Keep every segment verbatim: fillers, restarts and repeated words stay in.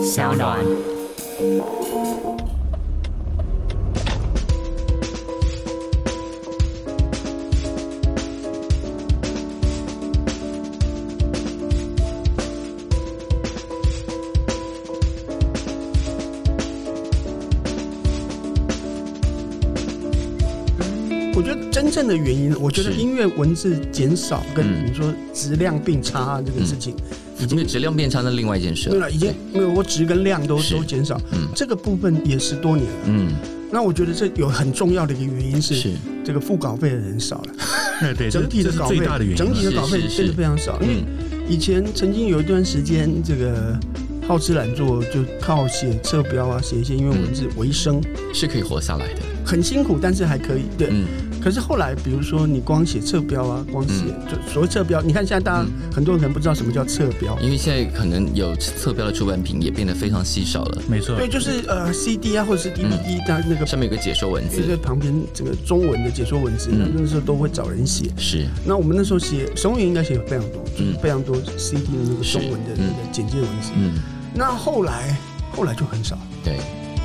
小暖。 我觉得真正的原因，我觉得音乐文字减少跟你说质量并差这个事情， 已经质量变差，那另外一件事了。对了，已经没有，我质跟量都都减少， 嗯， 这个部分也十多年了，嗯。那我觉得这有很重要的一个原因是，这个付稿费的人少了， 对， 整体的稿费，整体的稿费真的非常少，因为以前曾经有一段时间，这个好吃懒做，就靠写侧标啊，写一些音乐文字为生， 是可以活下来的。 很辛苦，但是还可以。对， 嗯、 可是后来，比如说你光写侧标啊，光写、嗯、就所谓侧标，你看现在大家、嗯、很多人可能不知道什么叫侧标， 因为现在可能有侧标的出版品也变得非常稀少了。 没错， 对，就是呃 C D 啊，或者是 D V D，它、嗯、那个上面有个解说文字， 在旁边这个中文的解说文字，嗯、那时候都会找人写。 是， 那我们那时候写神文应该写非常多，就是非常多 C D 的那个中文的那个简介文字。嗯，那后来后来就很少。 对。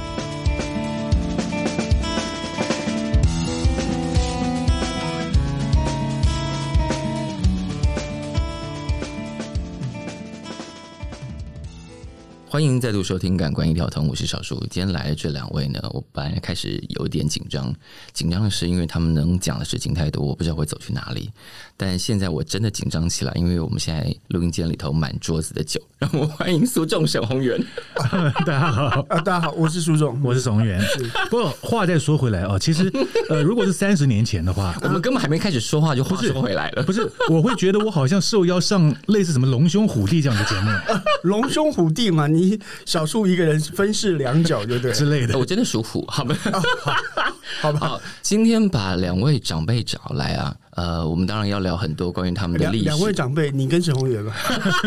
欢迎再度收听《感官一条通》，我是小树。今天来的这两位呢，我本来开始有点紧张，紧张的是因为他们能讲的事情太多，我不知道会走去哪里。但现在我真的紧张起来，因为我们现在录音间里头满桌子的酒。让我欢迎苏仲、沈宏源。 大家好， 啊，大家好，我是苏仲， 我是沈宏源。不过话再说回来哦，其实呃，如果是三十年前的话， 我们根本还没开始说话就话说回来了。 不是，我会觉得我好像受邀上类似什么龙兄虎弟这样的节目。 龙兄虎弟嘛，你。你小树一个人分饰两角，就对之类的。 我真的属虎，好吧？ 哦、好, 好吧好。今天把两位长辈找来啊，呃，我们当然要聊很多关于他们的历史。 两位长辈，你跟沈宏源吧。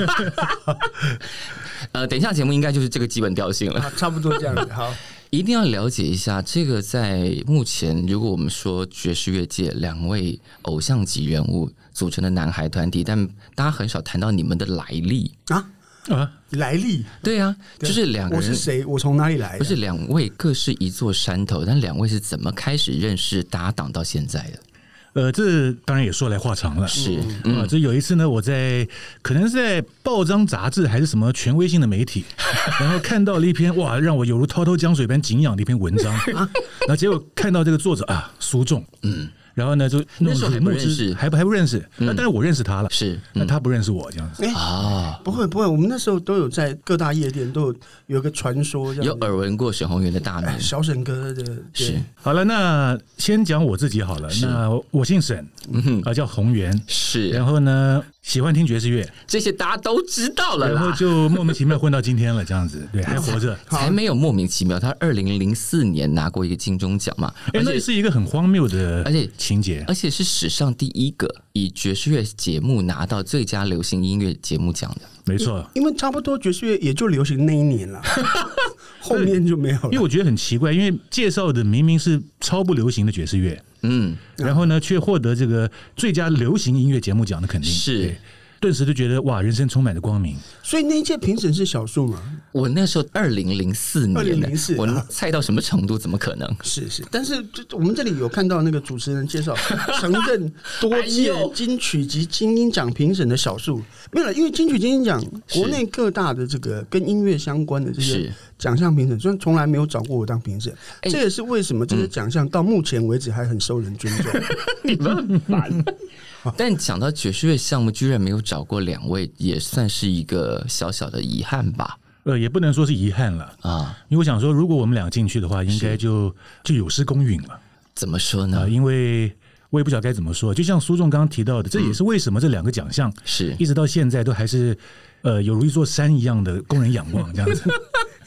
呃，等一下节目应该就是这个基本调性了， 差不多这样子。好， 一定要了解一下这个在目前，如果我们说爵士乐界两位偶像级人物组成的男孩团体，但大家很少谈到你们的来历啊。啊，来历对啊，就是两个人。 我是谁？我从哪里来的？ 不是两位各是一座山头，但两位是怎么开始认识搭档到现在的？ 呃，这当然也说来话长了。 是啊、 嗯，这有一次呢，我在可能是在报章杂志还是什么权威性的媒体，然后看到了一篇哇，让我犹如滔滔江水般景仰的一篇文章，然后结果看到这个作者啊，苏仲，嗯。然后呢，就那时候还不认识， 还不还不认识。那、嗯、但是我认识他了， 是， 那、嗯、他不认识我这样子啊？不会不会，我们那时候都有在各大夜店都有有一个传说， 有耳闻过沈宏源的大名， 小沈哥的。 是。 好了，那先讲我自己好了。那我姓沈，嗯啊，叫宏源， 是。 然后呢，喜欢听爵士乐， 这些大家都知道了啦。 然后就莫名其妙混到今天了，这样子，对，还活着。 才没有莫名其妙，他二零零四年拿过一个金钟奖嘛， 哎，那是一个很荒谬的，而且情节， 而且是史上第一个以爵士乐节目拿到最佳流行音乐节目奖的。 没错， 因为差不多爵士乐也就流行那一年了，后面就没有了。 因为我觉得很奇怪，因为介绍的明明是超不流行的爵士乐，嗯，然后呢，却获得这个最佳流行音乐节目奖的肯定是。 顿时就觉得哇，人生充满了光明。 所以那一届评审是小树吗？ 我那时候二零零四年， 二零零四， 我猜到什么程度？怎么可能？ 是是，但是我们这里有看到那个主持人介绍，曾任多届金曲及金鹰奖评审的小树，没有了，因为金曲金鹰奖国内各大的这个跟音乐相关的这些奖项评审，虽然从来没有找过我当评审，这也是为什么这些奖项到目前为止还很受人尊重。 你们很烦。但讲到爵士乐项目，居然没有找过两位，也算是一个小小的遗憾吧。 呃，也不能说是遗憾了啊，因为我想说，如果我们俩进去的话，应该就就有失公允了。 怎么说呢？ 呃、因为我也不晓得该怎么说。就像苏仲刚刚提到的，这也是为什么这两个奖项是一直到现在都还是呃有如一座山一样的供人仰望这样子。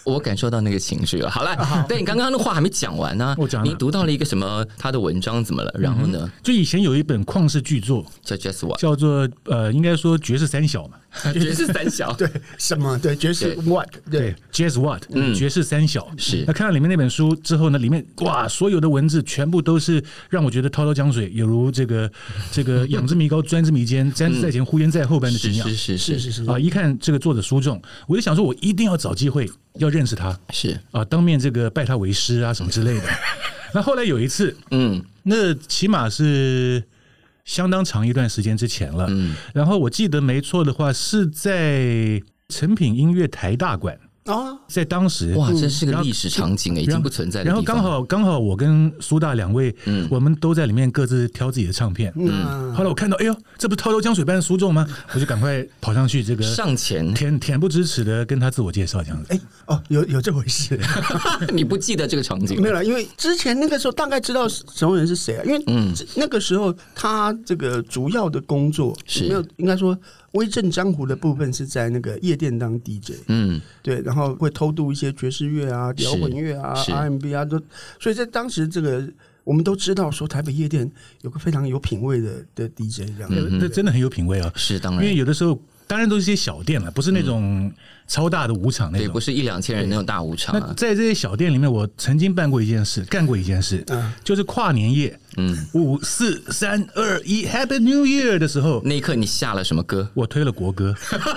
我感受到那个情绪了。好了，对你刚刚的话还没讲完呢、啊， 我讲你读到了一个什么他的文章怎么了？然后呢？ 嗯、就以前有一本旷世巨作叫 Just What， 叫做呃，应该说爵士三小嘛。 爵士三小对什么对爵士 what 对 Jazz What 嗯爵士三小是那看到里面那本书之后呢，里面哇所有的文字全部都是让我觉得滔滔江水，有如这个这个仰之弥高钻之弥坚，瞻之在前呼延在后般的景仰。 是是是是是是啊！一看这个作者书中，我就想说，我一定要找机会要认识他， 是啊，当面这个拜他为师啊什么之类的。那后来有一次， 嗯， 那起码是相当长一段时间之前了。嗯，然后我记得没错的话，是在诚品音乐台大馆。 啊， 在当时哇，这是个历史场景，已经不存在的地方。 然后刚好刚好我跟苏大两位，嗯，我们都在里面各自挑自己的唱片。嗯，后来我看到，哎呦，这不是滔滔江水般的书众吗？我就赶快跑上去，这个上前恬恬不知耻的跟他自我介绍，这样子。 哎，哦，有有这回事？ 你不记得这个场景？ 没有了，因为之前那个时候大概知道沈宏源是谁啊，因为嗯，那个时候他这个主要的工作是没有，应该说威震江湖的部分是在那个夜店当 D J。嗯，对，然后会偷渡一些爵士乐啊、摇滚乐啊、R and B 啊，都所以在当时这个我们都知道说台北夜店有个非常有品味的的 D J 这样， 嗯，这真的很有品味啊。 是当然， 因为有的时候当然都是一些小店了，不是那种超大的舞场那种， 对，不是一两千人那种大舞场、啊。 那在这些小店里面，我曾经办过一件事，干过一件事，嗯、就是跨年夜，嗯，五四三二一 ，Happy New Year 的时候， 那一刻你下了什么歌？ 我推了国歌。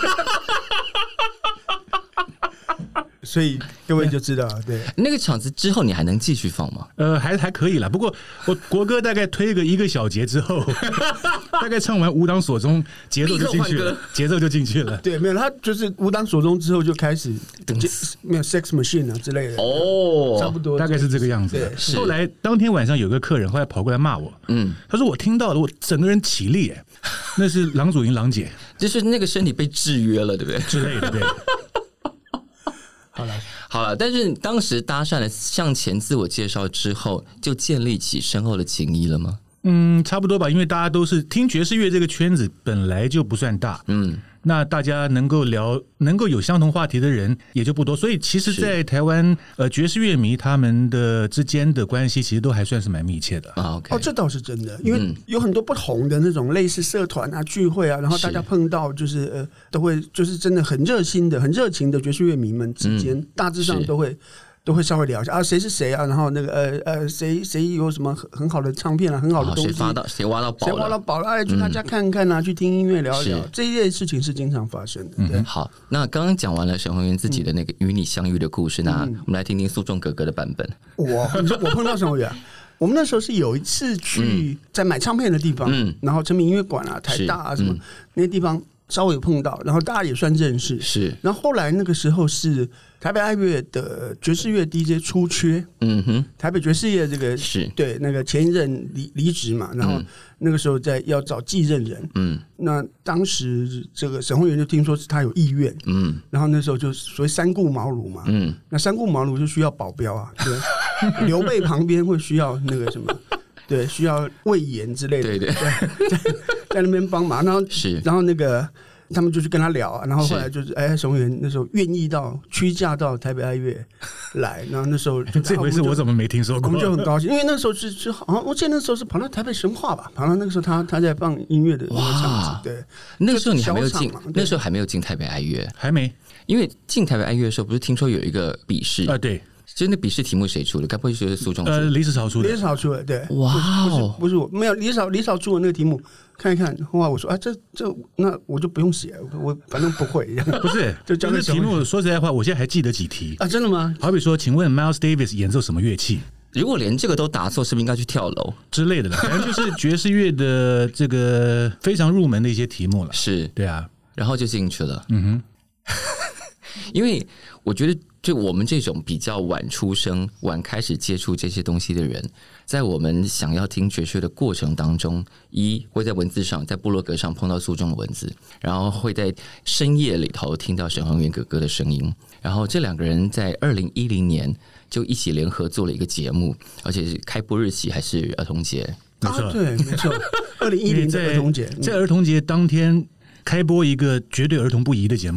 所以各位就知道，对那个场子之后，你还能继续放吗？ 呃，还还可以啦。不过我国歌大概推个一个小节之后，大概唱完舞蹈所中，节奏就进去了，节奏就进去了。 对，没有他就是舞蹈所中之后就开始没有 Sex Machine 啊之类的哦，差不多大概是这个样子。后来当天晚上有个客人后来跑过来骂我，嗯，他说我听到了，我整个人起立，哎，那是郎祖筠郎姐， 就是那个身体被制约了，对不对？ 之类的，对。 好了， 好了，但是当时搭讪了向前自我介绍之后，就建立起深厚的情谊了吗？ 嗯，差不多吧，因为大家都是听爵士乐这个圈子本来就不算大，嗯，那大家能够聊、能够有相同话题的人也就不多，所以其实，在台湾，呃，爵士乐迷他们的之间的关系其实都还算是蛮密切的啊。Okay、 哦，这倒是真的，因为有很多不同的那种类似社团啊、聚会啊，然后大家碰到就是呃，都会就是真的很热心的、很热情的爵士乐迷们之间，嗯、大致上都会。都会稍微聊一下啊，谁是谁啊？然后那个呃呃，谁谁有什么很很好的唱片啊，很好的东西， 谁挖到谁挖到宝了， 谁挖到宝了，哎，去他家看看啊，嗯、去听音乐聊一聊，这一类事情是经常发生的。对嗯、好，那刚刚讲完了沈宏源自己的那个与你相遇的故事，嗯、那我们来听听苏仲哥哥的版本。 我你说我碰到沈宏源，我们那时候是有一次去在买唱片的地方，嗯、然后诚品音乐馆啊、台大啊什么、嗯、那些地方。稍微有碰到，然后大家也算认识， 是。 然后后来那个时候是台北爱乐的爵士乐 D J 出缺，嗯哼，台北爵士乐这个是对那个前一任离离职嘛，然后那个时候在要找继任人，嗯，那当时这个沈宏源就听说是他有意愿，嗯，然后那时候就所谓三顾茅庐嘛，嗯，那三顾茅庐就需要保镖啊，对，刘备旁边会需要那个什么。对，需要魏延之类的， 对对， 在在那边帮忙，然后是， 然后那个他们就去跟他聊啊，然后后来就是哎，沈宏源那时候愿意到屈驾到台北爱乐来，然后那时候就这回事我怎么没听说过？ 我们就很高兴，因为那时候是是好像我记得那时候是跑到台北神话吧，跑到那个时候他他在放音乐的那个场子，对， 那个时候你还没有进，那时候还没有进台北爱乐， 还没， 因为进台北爱乐的时候，不是听说有一个笔试啊，对。 就那笔试题目谁出的？该不会是苏仲出的？ 呃，李子潮出的。 李子潮出的，对。 哇哦，不是我，没有李子李子出的那个题目，看一看。后来我说啊，这这那我就不用写，我反正不会。 不是，就这个题目。说实在话，我现在还记得几题啊？真的吗？ 好比说，请问 Miles Davis 演奏什么乐器？ 如果连这个都答错，是不是应该去跳楼之类的？反正就是爵士乐的这个非常入门的一些题目了。 是， 对啊， 然后就进去了。嗯哼，因为我觉得。就我们这种比较晚出生、晚开始接触这些东西的人，在我们想要听爵士的过程当中，一会在文字上，在部落格上碰到苏仲的文字，然后会在深夜里头听到沈宏源哥哥的声音，然后这两个人在二零一零年就一起联合做了一个节目，而且是开播日期还是儿童节， 没错， 啊、对，没错，二零一零的儿童节， 在儿童节当天开播一个绝对儿童不宜的节目。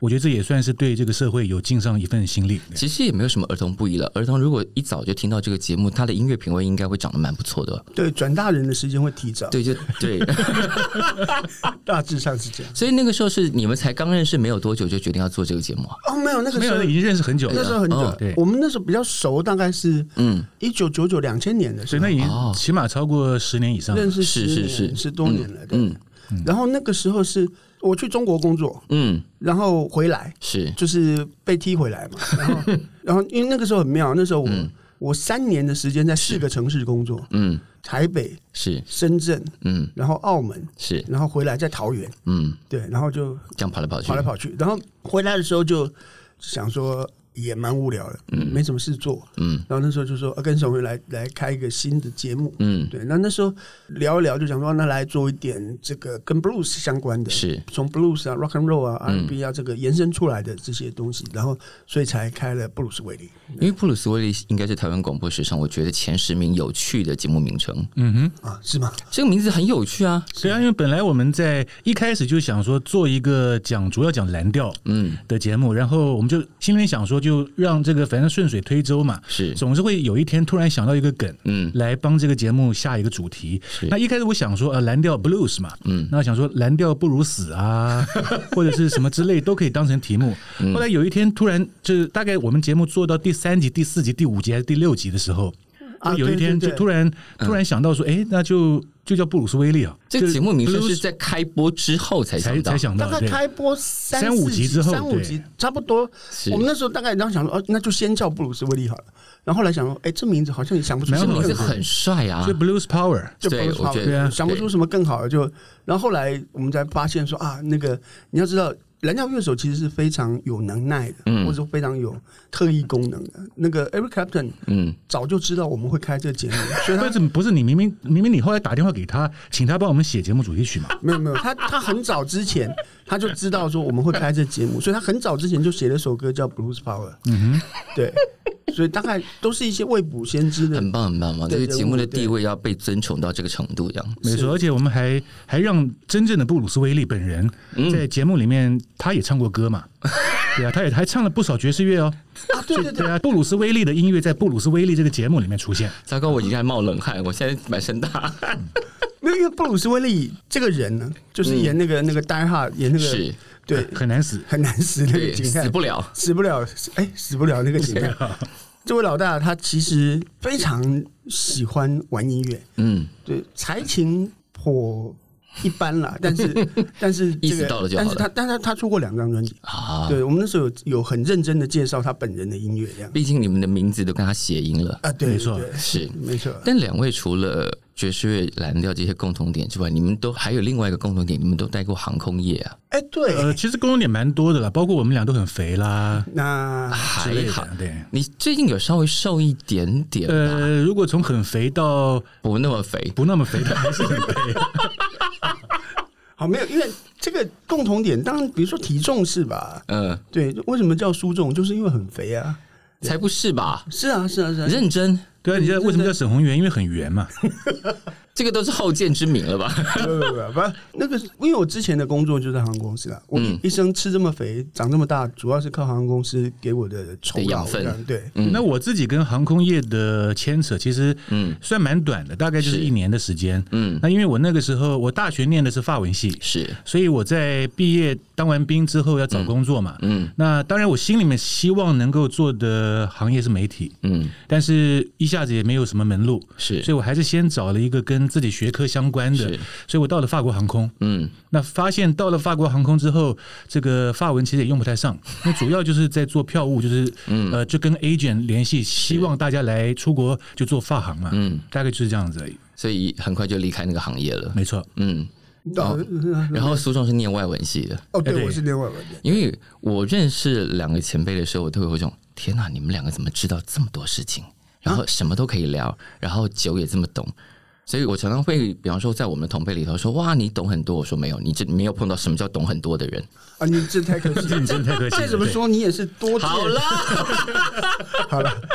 我觉得这也算是对这个社会有尽上一份心力。 其实也没有什么儿童不宜了，儿童如果一早就听到这个节目，他的音乐品味应该会长得蛮不错的。 对，转大人的时间会提早。 对，就对， 大致上是这样。 所以那个时候是你们才刚认识没有多久就决定要做这个节目啊？ 哦，没有，那个时候没有，已经认识很久了。 那时候很久， 哦对， 我们那时候比较熟，大概是嗯一九九九两千年的时候， 所以那已经起码超过十年以上了， 认识是是是十多年了。 嗯， 嗯，然后那个时候是我去中国工作，嗯，然后回来是就是被踢回来嘛，然后然后因为那个时候很妙，那时候我、嗯、我三年的时间在四个城市工作，嗯，台北是深圳，嗯，然后澳门是，然后回来在桃园，嗯，对，然后就这样跑来跑去， 跑来跑去，然后回来的时候就想说。也蛮无聊的，嗯，没什么事做，嗯，然后那时候就说，啊、跟沈辉来来开一个新的节目，嗯，对，那那时候聊一聊，就想说，那来做一点这个跟 blues 相关的， 是从 blues 啊、rock and roll 啊、R and B 啊这个延伸出来的这些东西，然后所以才开了布鲁斯威利。 因为布鲁斯威利应该是台湾广播史上我觉得前十名有趣的节目名称， 嗯哼，啊，是吗？ 这个名字很有趣啊， 对啊，因为本来我们在一开始就想说做一个讲主要讲蓝调嗯的节目，然后我们就心里面想说，就让这个。反正顺水推舟嘛， 是总是会有一天突然想到一个梗，嗯，来帮这个节目下一个主题。那一开始我想说，呃，蓝调 blues 嘛，嗯，那想说蓝调不如死啊，或者是什么之类都可以当成题目。嗯、后来有一天突然，就大概我们节目做到第三集、第四集、第五集还是第六集的时候，啊、有一天就突然对对对突然想到说，哎、欸，那就。就叫布鲁斯威利啊！ 这个节目名称是在开播之后才想到， 才想到， 大概开播三三五集之后， 三五集差不多。我们那时候大概然后想说，哦，那就先叫布鲁斯威利好了。然后后来想说，哎，这名字好像也想不出， 这名字很帅啊， 就 Blues Power， 就 Blues Power， 对啊，想不出什么更好的。就然后后来我们才发现说啊，那个你要知道。蓝调乐手其实是非常有能耐的，嗯、或者说非常有特异功能的。那个 Eric Clapton， 嗯，早就知道我们会开这个节目，所以他不是你明明明明你后来打电话给他，请他帮我们写节目主题曲嘛？ 没有没有，他他很早之前他就知道说我们会开这个节目，所以他很早之前就写了首歌叫 Blues Power。嗯哼，对。所以大概都是一些未卜先知的， 很棒很棒嘛！这个节目的地位要被尊崇到这个程度，这样没错。而且我们还还让真正的布鲁斯威利本人在节目里面，他也唱过歌嘛，对啊，他也还唱了不少爵士乐哦。 啊，对对对啊！布鲁斯威利的音乐在布鲁斯威利这个节目里面出现。 糟糕，我已经在冒冷汗，我现在满身大汗。 没有，因为布鲁斯威利这个人呢，就是演那个、嗯、那个 Die Hard， 演那个是对很难死， 很难死那个警探， 死不了， 死不了，哎，死不了那个警探。这位老大他其实非常喜欢玩音乐，嗯，对，才情颇一般啦，但是但是这个，但是他但是他出过两张专辑啊，对我们那时候有有很认真的介绍他本人的音乐，这样， 毕竟你们的名字都跟他谐音了啊，对， 没错， 是没错。 但两位除了爵士乐、蓝调这些共同点之外，你们都还有另外一个共同点，你们都待过航空业啊？ 哎、欸，对， 呃，其实共同点蛮多的啦，包括我们俩都很肥啦， 那还好。 对， 你最近有稍微瘦一点点吧？ 呃，如果从很肥到不那么肥， 不那么肥的还是很肥。 好，没有，因为这个共同点，当然，比如说体重是吧？嗯，对，为什么叫输重？就是因为很肥啊。 才不是吧？ 是啊，是啊，是啊， 认真。 对啊，你知道为什么叫沈宏源？因为很圆嘛。 这个都是后见之明了吧？ 不不不不，那个因为我之前的工作就在航空公司啊，我一生吃这么肥、长这么大，主要是靠航空公司给我的酬劳养分。 对， 嗯、那我自己跟航空业的牵扯其实嗯算蛮短的，大概就是一年的时间。嗯，那因为我那个时候我大学念的是法文系， 是， 所以我在毕业当完兵之后要找工作嘛。嗯，那当然我心里面希望能够做的行业是媒体。嗯，但是一下子也没有什么门路， 是， 所以我还是先找了一个跟自己学科相关的，所以我到了法国航空。嗯，那发现到了法国航空之后，这个法文其实也用不太上，那主要就是在做票务，就是嗯呃就跟 agent 联系，希望大家来出国就做法航嘛。嗯，大概就是这样子而已。 所以很快就离开那个行业了。 没错。嗯。 哦、然后苏仲是念外文系的。 哦，对，我是念外文的。 因为我认识两个前辈的时候，我都会有一种天哪，你们两个怎么知道这么多事情？然后什么都可以聊，然后酒也这么懂。所以我常常会，比方说在我们的同辈里头说，哇，你懂很多。我说没有，你这没有碰到什么叫懂很多的人啊！你这太可惜， 你真太可惜。 再怎么说你也是多。 好了， 好了，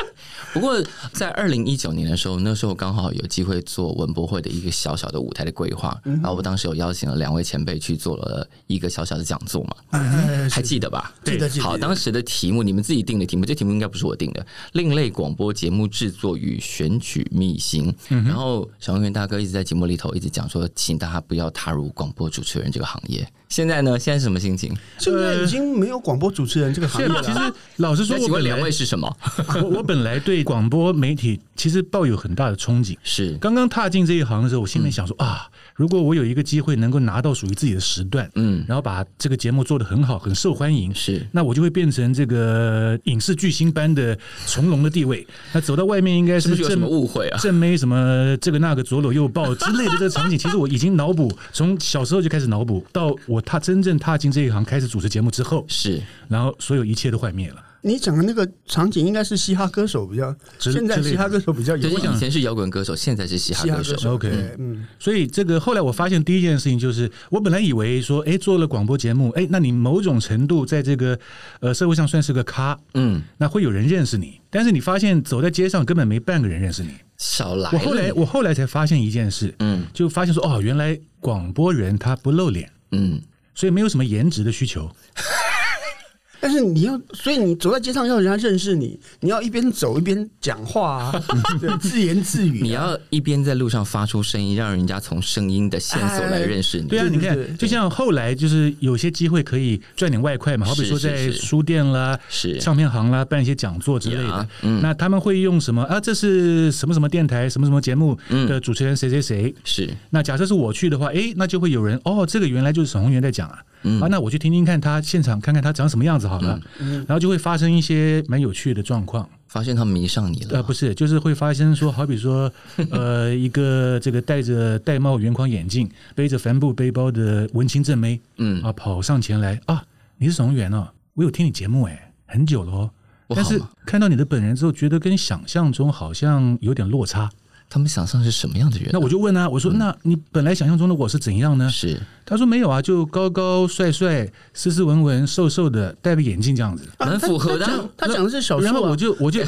不过在二零一九年的时候，那时候刚好有机会做文博会的一个小小的舞台的规划，嗯、然后我当时有邀请了两位前辈去做了一个小小的讲座嘛，嗯、还记得吧？ 记得记得。 好，当时的题目你们自己定的题目，这题目应该不是我定的，另类广播节目制作与选举秘辛。嗯、然后小文元大哥一直在节目里头一直讲说，请大家不要踏入广播主持人这个行业。现在呢？现在是什么心情？ 现在已经没有广播主持人这个行业了。 其实老实说， 请问两位是什么？ 我我本来对广播媒体其实抱有很大的憧憬。 是刚刚踏进这一行的时候，我心里想说、嗯、啊，如果我有一个机会能够拿到属于自己的时段，嗯，然后把这个节目做得很好，很受欢迎， 是， 那我就会变成这个影视巨星般的从容的地位。那走到外面应该是是不是有什么误会啊？ 正妹什么这个那个左搂右抱之类的这个场景，其实我已经脑补，从小时候就开始脑补，到我踏真正踏进这一行开始主持节目之后， 是， 然后所有一切都幻灭了。 你讲的那个场景应该是嘻哈歌手比较，现在嘻哈歌手比较有， 就是以前是摇滚歌手，现在是嘻哈歌手。 歌手 OK， 嗯，所以这个后来我发现第一件事情就是，我本来以为说，哎，做了广播节目，哎，那你某种程度在这个呃社会上算是个咖，嗯，那会有人认识你，但是你发现走在街上根本没半个人认识你。 少来， 我后来我后来才发现一件事，嗯，就发现说，哦，原来广播人他不露脸，嗯，所以没有什么颜值的需求。 但是你要，所以你走在街上要人家认识你，你要一边走一边讲话啊，对，自言自语、啊。 你要一边在路上发出声音，让人家从声音的线索来认识你。 对啊，你看，就像后来就是有些机会可以赚点外快嘛，好比说在书店啦、 是唱片行啦办一些讲座之类的。嗯、那他们会用什么啊？这是什么什么电台、什么什么节目的主持人谁谁谁？ 是。 那假设是我去的话，哎，那就会有人哦，这个原来就是沈宏元在讲啊。嗯、啊，那我去听听看他现场，看看他长什么样子好了，嗯、然后就会发生一些蛮有趣的状况。 发现他迷上你了？ 呃，不是，就是会发生说，好比说，呃，一个这个戴着戴帽圆框眼镜、背着帆布背包的文青正妹，嗯啊，跑上前来啊，你是沈宏元哦，我有听你节目哎，很久了哦，但是看到你的本人之后，觉得跟想象中好像有点落差。 他们想象是什么样的人、啊？ 那我就问啊，我说、嗯、那你本来想象中的我是怎样呢？ 是， 他说没有啊，就高高帅帅、斯斯文文、瘦瘦的，戴个眼镜这样子， 蛮、啊、符合的、啊。 他讲的是小说、啊， 然后我就我就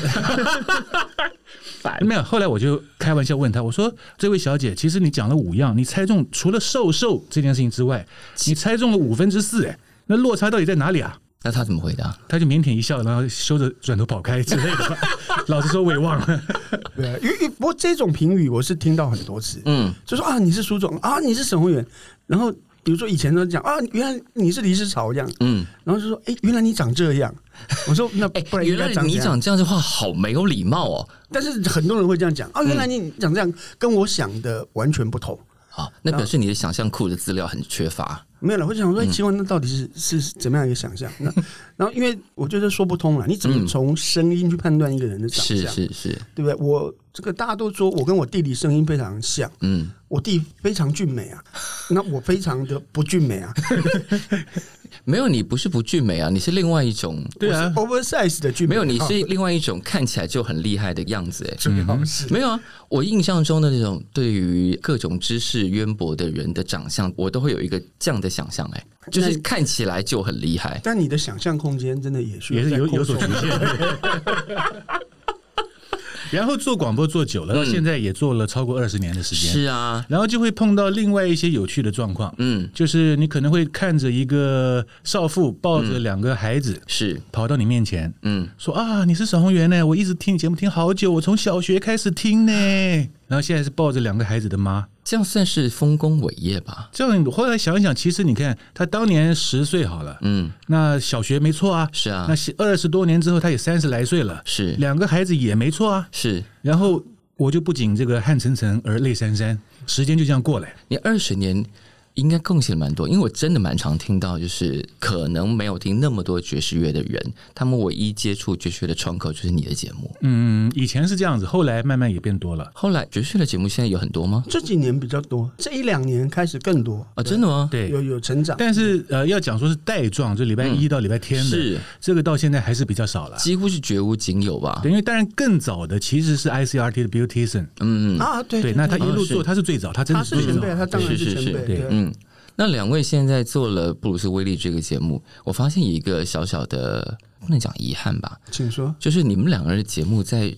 没有。后来我就开玩笑问他，我说：“这位小姐，其实你讲了五样，你猜中除了瘦瘦这件事情之外，你猜中了五分之四，哎，那落差到底在哪里啊？” 那他怎么回答？ 他就腼腆一笑，然后羞着转头跑开之类的。老实说，我也忘了。 对，因为不过这种评语我是听到很多次，嗯，就说啊，你是苏总啊，你是沈宏元，然后比如说以前都讲啊，原来你是黎世潮这样，嗯，然后就说哎、欸，原来你长这样。我说那不然应该长这样、欸、 原来你长这样的话，好没有礼貌哦。 但是很多人会这样讲啊，原来你长这样，跟我想的完全不同。 好，那表示你的想象库的资料很缺乏。 没有了，我想说，奇怪，那到底是是怎么样一个想象？那然后，因为我觉得说不通了，你怎么从声音去判断一个人的长相？ 是是是， 对不对？我这个大家都说我跟我弟弟声音非常像，嗯，我弟非常俊美啊，那我非常的不俊美啊。 没有，你不是不俊美啊，你是另外一种， 对啊 ，oversize 的俊美。 没有，你是另外一种看起来就很厉害的样子、欸， 最好是、 嗯、没有啊。我印象中的那种对于各种知识渊博的人的长相，我都会有一个这样的想象，哎，就是看起来就很厉害。 但你的想象空间真的也是也是有有所局限。然后做广播做久了，到现在也做了超过二十年的时间。 是啊， 然后就会碰到另外一些有趣的状况。嗯，就是你可能会看着一个少妇抱着两个孩子，是、嗯、跑到你面前，嗯，说啊，你是沈宏元呢，我一直听你节目听好久，我从小学开始听呢。然后现在是抱着两个孩子的妈。 这样算是丰功伟业吧？ 这样后来想一想，其实你看他当年十岁好了，嗯，那小学没错啊， 是啊， 那二十多年之后他也三十来岁了， 是两个孩子也没错啊， 是。 然后我就不仅这个汗沉沉而泪潸潸，时间就这样过来。 你二十年应该贡献蛮多，因为我真的蛮常听到，就是可能没有听那么多爵士乐的人，他们唯一接触爵士乐的窗口就是你的节目。 嗯，以前是这样子，后来慢慢也变多了。 后来爵士乐的节目现在有很多吗？ 这几年比较多，这一两年开始更多啊！真的吗？ 对， 有有成长。 但是呃，要讲说是带状，就礼拜一到礼拜天的，是这个到现在还是比较少了， 几乎是绝无仅有吧？ 对，因为当然更早的其实是 I C R T 的 Bill Tyson， 嗯啊，对对，那他一路做，他是最早，他真的是前辈，他当然是前辈，对， 嗯。那两位现在做了布鲁斯威利这个节目，我发现有一个小小的不能讲遗憾吧， 请说， 就是你们两个人的节目在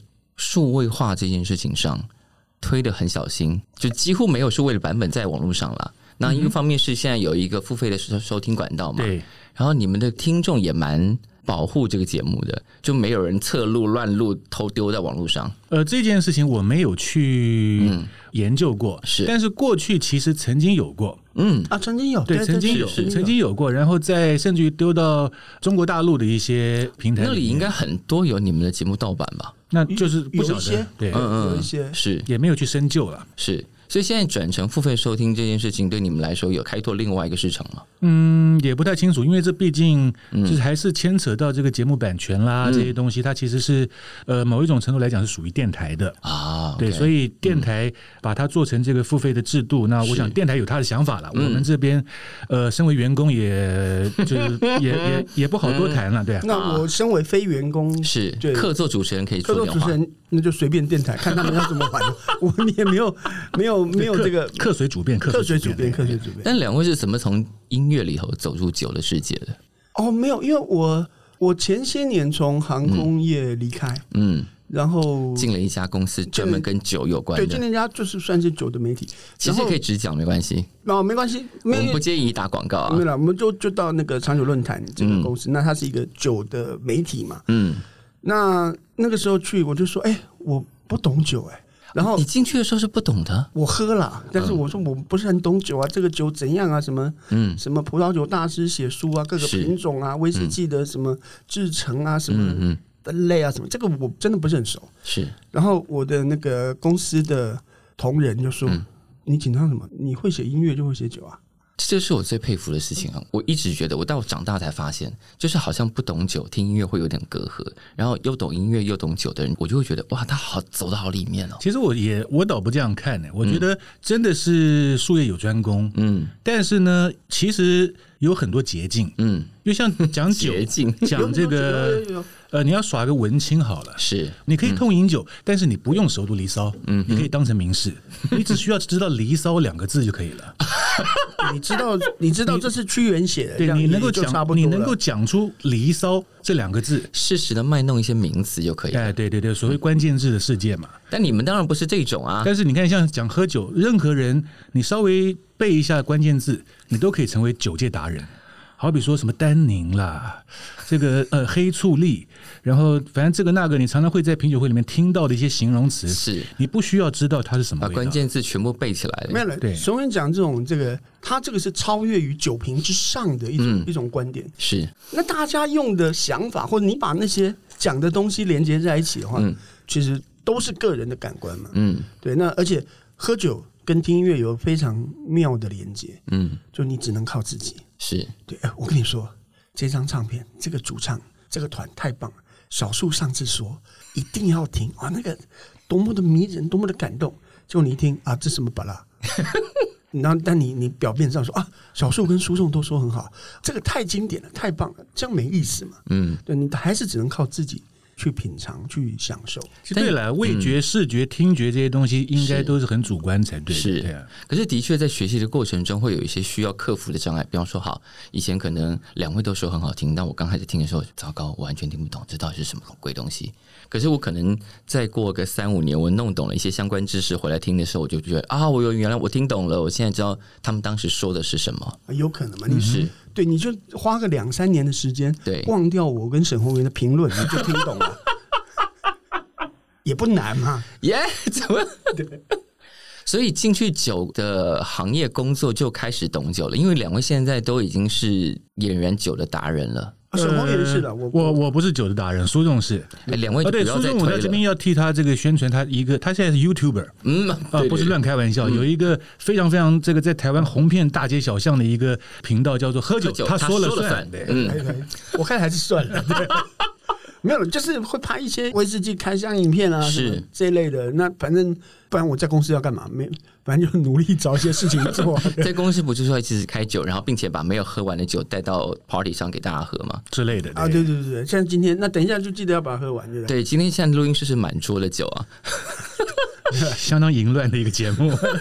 数位化这件事情上推得很小心，就几乎没有数位的版本在网络上了。那一个方面是现在有一个付费的收听管道嘛， 对， 然后你们的听众也蛮保护这个节目的，就没有人侧录、乱录、偷丢在网络上。 呃，这件事情我没有去研究过， 嗯、是， 但是过去其实曾经有过， 嗯啊，曾经有， 对，曾经有，曾经有过，然后在甚至于丢到中国大陆的一些平台， 那里应该很多有你们的节目盗版吧？ 那就是不晓得，对， 嗯嗯，有一些是也没有去深究了， 是。所以现在转成付费收听这件事情，对你们来说有开拓另外一个市场吗？ 嗯，也不太清楚，因为这毕竟就是还是牵扯到这个节目版权啦、嗯、这些东西，它其实是呃某一种程度来讲是属于电台的啊。 对， okay, 所以电台把它做成这个付费的制度，嗯、那我想电台有它的想法了。我们这边呃身为员工也就是也也也不好多谈了，对啊。 那我身为非员工是客座主持人可以说客座主持人，那就随便电台看他们要怎么玩，我们也没有没有。没有这个客随主便， 客随主便，客随主便。 但两位是怎么从音乐里头走入酒的世界的？ 哦，没有，因为我我前些年从航空业离开， 嗯， 然后进了一家公司，专门跟酒有关的。 对，进了一家就是算是酒的媒体， 其实可以直讲，没关系。 哦，没关系， 我们不介意打广告啊。 没有，我们就就到那个长酒论坛这个公司，嗯、那它是一个酒的媒体嘛， 嗯， 那那个时候去，我就说，哎、欸，我不懂酒、欸，哎。然后你进去的时候是不懂的， 我喝了，但是我说我不是很懂酒啊，这个酒怎样啊？什么嗯，什么葡萄酒大师写书啊，各个品种啊，威士忌的什么制成啊，什么分类啊，什么这个我真的不是很熟。 是， 然后我的那个公司的同仁就说：“嗯、你紧张什么？你会写音乐就会写酒啊。” 这是我最佩服的事情啊！我一直觉得，我到长大才发现，就是好像不懂酒，听音乐会有点隔阂，然后又懂音乐又懂酒的人，我就会觉得哇，他好走得好里面哦。 其实我也我倒不这样看呢、欸，我觉得真的是术业有专攻，嗯，但是呢，其实有很多捷径，嗯，因为像讲酒，讲这个。呃，你要耍个文青好了， 是， 你可以痛饮酒，嗯、但是你不用熟读《离骚》，嗯，你可以当成名士，你只需要知道《离骚》两个字就可以了。 你知道，你知道这是屈原写的， 对，你能够讲， 你能够讲出《离骚》这两个字， 适时的卖弄一些名词就可以了。 哎，对对对，所谓关键字的世界嘛。 但你们当然不是这种啊。 但是你看，像讲喝酒，任何人你稍微背一下关键字，你都可以成为酒界达人。好比说什么单宁啦，这个呃黑醋栗，然后反正这个那个，你常常会在品酒会里面听到的一些形容词， 是你不需要知道它是什么味道， 把关键字全部背起来了。 没有了，对，所以讲这种这个，它这个是超越于酒瓶之上的一种、嗯、一种观点。 是， 那大家用的想法，或者你把那些讲的东西连接在一起的话，嗯、其实都是个人的感官嘛。嗯，对。那而且喝酒跟听音乐有非常妙的连接。嗯，就你只能靠自己。 是对，我跟你说，这张唱片，这个主唱，这个团太棒了。小树上次说一定要听啊，那个多么的迷人，多么的感动。结果你一听啊，这什么巴拉？然后但你你表面上说啊，小树跟苏仲都说很好，这个太经典了，太棒了，这样没意思嘛。嗯，对，你还是只能靠自己去品尝、去享受。 对了，味觉、视觉、听觉这些东西，应该都是很主观才对。 是， 对啊。 可是的确在学习的过程中，会有一些需要克服的障碍。比方说，好，以前可能两位都说很好听，但我刚开始听的时候，糟糕，我完全听不懂，这到底是什么鬼东西？可是我可能再过个三五年，我弄懂了一些相关知识，回来听的时候，我就觉得啊，我有原来我听懂了，我现在知道他们当时说的是什么。 有可能嘛？你是、嗯、对，你就花个两三年的时间， 对， 忘掉我跟沈宏元的评论，你就听懂了。也不难嘛， 耶、yeah, 怎么？所以进去酒的行业工作就开始懂酒了，因为两位现在都已经是俨然酒的达人了。 沈宏元是的，我我我不是酒的达人，苏仲是。 哎，两位就不要再推了。 对，苏仲我在这边要替他这个宣传，他一个他现在是 YouTuber， 嗯啊、呃，不是乱开玩笑，嗯、有一个非常非常这个在台湾红遍大街小巷的一个频道，叫做喝酒， 喝酒他说了算。算对，嗯，我看还是算了。没有，就是会拍一些威士忌开箱影片啊，是这一类的。那反正不然我在公司要干嘛？没，反正就努力找一些事情做。 在公司不就是说一直开酒，然后并且把没有喝完的酒带到 party 上给大家喝吗？ 之类的啊，对对对，像今天那等一下就记得要把它喝完，对不对？对，今天现在录音室是满桌的酒啊， 相当淫乱的一个节目。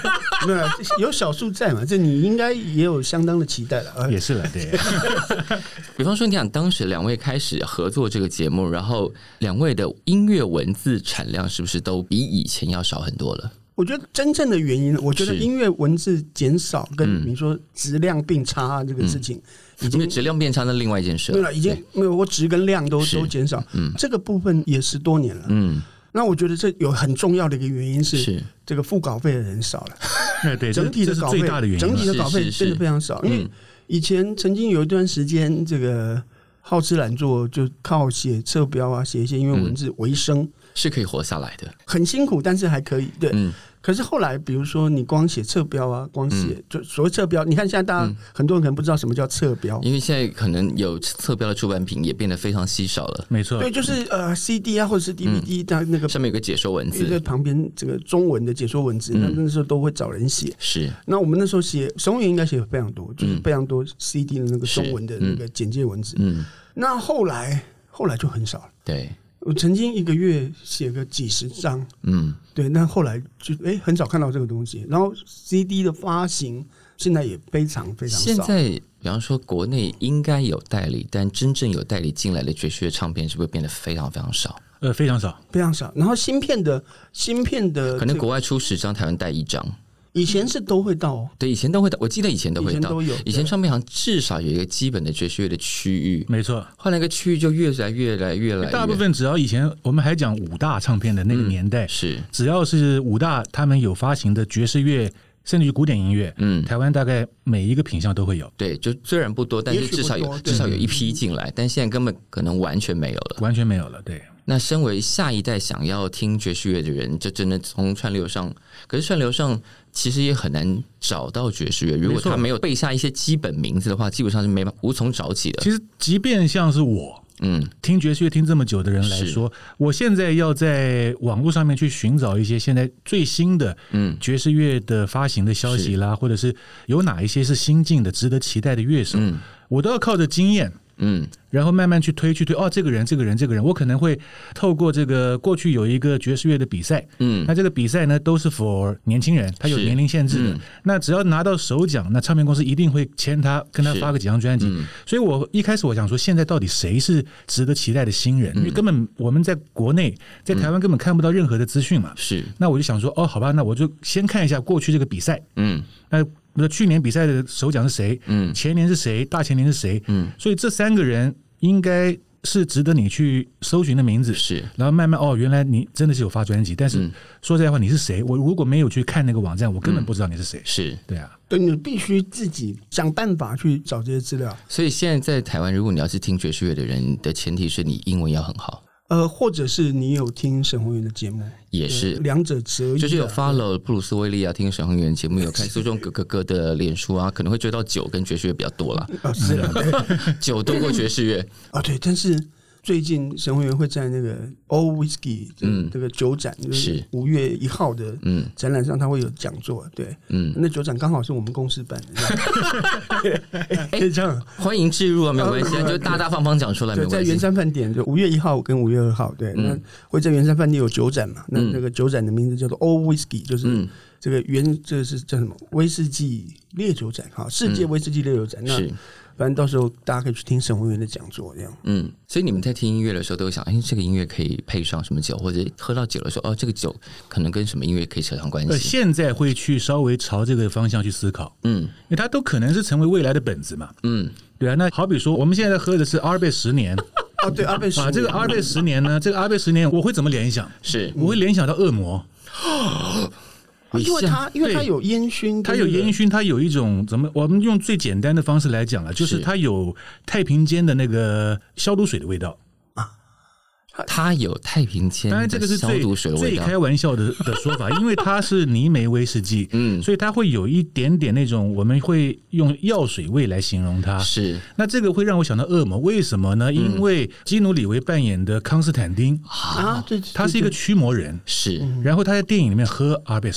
没有有小数在嘛，这你应该也有相当的期待了。 也是了，对。 比方说，你讲当时两位开始合作这个节目，然后两位的音乐文字产量是不是都比以前要少很多了？ 我觉得真正的原因，我觉得音乐文字减少跟你说质量变差这个事情，已经质量变差的另外一件事了。没有，已经没有，我质跟量都都减少。 嗯， 这个部分也十多年了。 嗯， 那我觉得这有很重要的一个原因是，这个付稿费的人少了。 对， 整体的稿费， 最大的原因， 整体的稿费真的非常少。因为以前曾经有一段时间，这个好吃懒做，就靠写侧标啊，写一些音乐文字为生。 是可以活下来的， 很辛苦，但是还可以。对， 嗯、 可是后来，比如说你光写侧标啊，光写、嗯、就所谓侧标，你看现在大家、嗯、很多人可能不知道什么叫侧标， 因为现在可能有侧标的出版品也变得非常稀少了。 没错， 对，就是呃 C D 啊，或者是 D V D，它、嗯、那个上面有个解说文字， 在旁边这个中文的解说文字，那、嗯、那时候都会找人写。 是， 那我们那时候写神文应该写的非常多，就是非常多 C D 的那个中文的那个简介文字。嗯，那后来后来就很少了。 对。 我曾经一个月写个几十张， 嗯， 对，那后来就哎、欸、很少看到这个东西。然后 C D 的发行现在也非常非常少。 现在比方说国内应该有代理，但真正有代理进来的爵士乐唱片是不是变得非常非常少？ 呃，非常少， 非常少。然后芯片的芯片的、這個， 可能国外出十张，台湾带一张。 以前是都会到、哦， 对，以前都会到，我记得以前都会到，以前都有。 以前唱片行至少有一个基本的爵士乐的区域， 没错。 后来那个区域就越来越来越来越， 大部分只要以前我们还讲五大唱片的那个年代， 嗯、是只要是五大他们有发行的爵士乐，甚至于古典音乐，嗯，台湾大概每一个品项都会有。 对，就虽然不多，但是至少有至少有一批进来，但现在根本可能完全没有了， 完全没有了。对。 那身为下一代想要听爵士乐的人，就真的从串流上，可是串流上其实也很难找到爵士乐。如果他没有背下一些基本名字的话，基本上是没无从找起的。 其实，即便像是我，嗯，听爵士乐听这么久的人来说，我现在要在网络上面去寻找一些现在最新的嗯爵士乐的发行的消息啦，或者是有哪一些是新进的、值得期待的乐手，嗯、我都要靠着经验。嗯，然后慢慢去推去推哦，这个人这个人这个人，我可能会透过这个过去有一个爵士乐的比赛，嗯，那这个比赛呢都是 for 年轻人，他有年龄限制的，嗯、那只要拿到首奖，那唱片公司一定会签他，跟他发个几张专辑。嗯、所以我一开始我想说，现在到底谁是值得期待的新人？嗯、因为根本我们在国内在台湾根本看不到任何的资讯嘛，是。那我就想说，哦，好吧，那我就先看一下过去这个比赛，嗯，那。那去年比赛的首奖是谁？嗯，前年是谁？大前年是谁？嗯，所以这三个人应该是值得你去搜寻的名字。是，然后慢慢哦，原来你真的是有发专辑，但是说实在话，你是谁？我如果没有去看那个网站，我根本不知道你是谁。嗯、是，对啊， 对，你必须自己想办法去找这些资料。 所以现在在台湾，如果你要是听爵士乐的人的前提是你英文要很好。 呃，或者是你有听沈宏源的节目， 也是两者择一， 就是有 follow 布鲁斯威利啊，听沈宏源的节目，有看苏中哥哥哥的脸书啊，可能会追到酒跟爵士乐比较多啦。 哦，是的， 酒多过爵士乐啊，对，但是。最近沈宏源会在那个 Old Whisky 嗯这个酒展，就是五月一号的展览上，他会有讲座。对，嗯，那酒展刚好是我们公司办的，可以这样， 欢迎置入啊，没有关系，就大大方方讲出来，没有关系。 在圆山饭店，就五月一号跟五月二号，对，那会在圆山饭店有酒展嘛？那那个酒展的名字叫做 Old Whisky， 就是这个原这个是叫什么威士忌烈酒展，哈，世界威士忌烈酒展。那反正到时候大家可以去听沈宏源的讲座，这样。 嗯，所以你们在听音乐的时候都会想，哎，这个音乐可以配上什么酒，或者喝到酒的时候，哦，这个酒可能跟什么音乐可以扯上关系。 现在会去稍微朝这个方向去思考，嗯，因为它都可能是成为未来的本子嘛，嗯，对啊。那好比说，我们现在喝的是阿尔贝十年。 哦，对，阿尔贝十年。 啊，这个阿尔贝十年呢，这个阿尔贝十年，我会怎么联想？是，我会联想到恶魔。 因为它因为它有烟熏， 它有烟熏，它有一种怎么？我们用最简单的方式来讲了，就是它有太平间的那个消毒水的味道啊。 它有太平间， 当然这个是最最开玩笑的的说法，因为它是泥煤威士忌，嗯，所以它会有一点点那种我们会用药水味来形容它。是，那这个会让我想到恶魔，为什么呢？因为基努里维扮演的康斯坦丁啊，他是一个驱魔人，是，然后他在电影里面喝阿尔贝十年。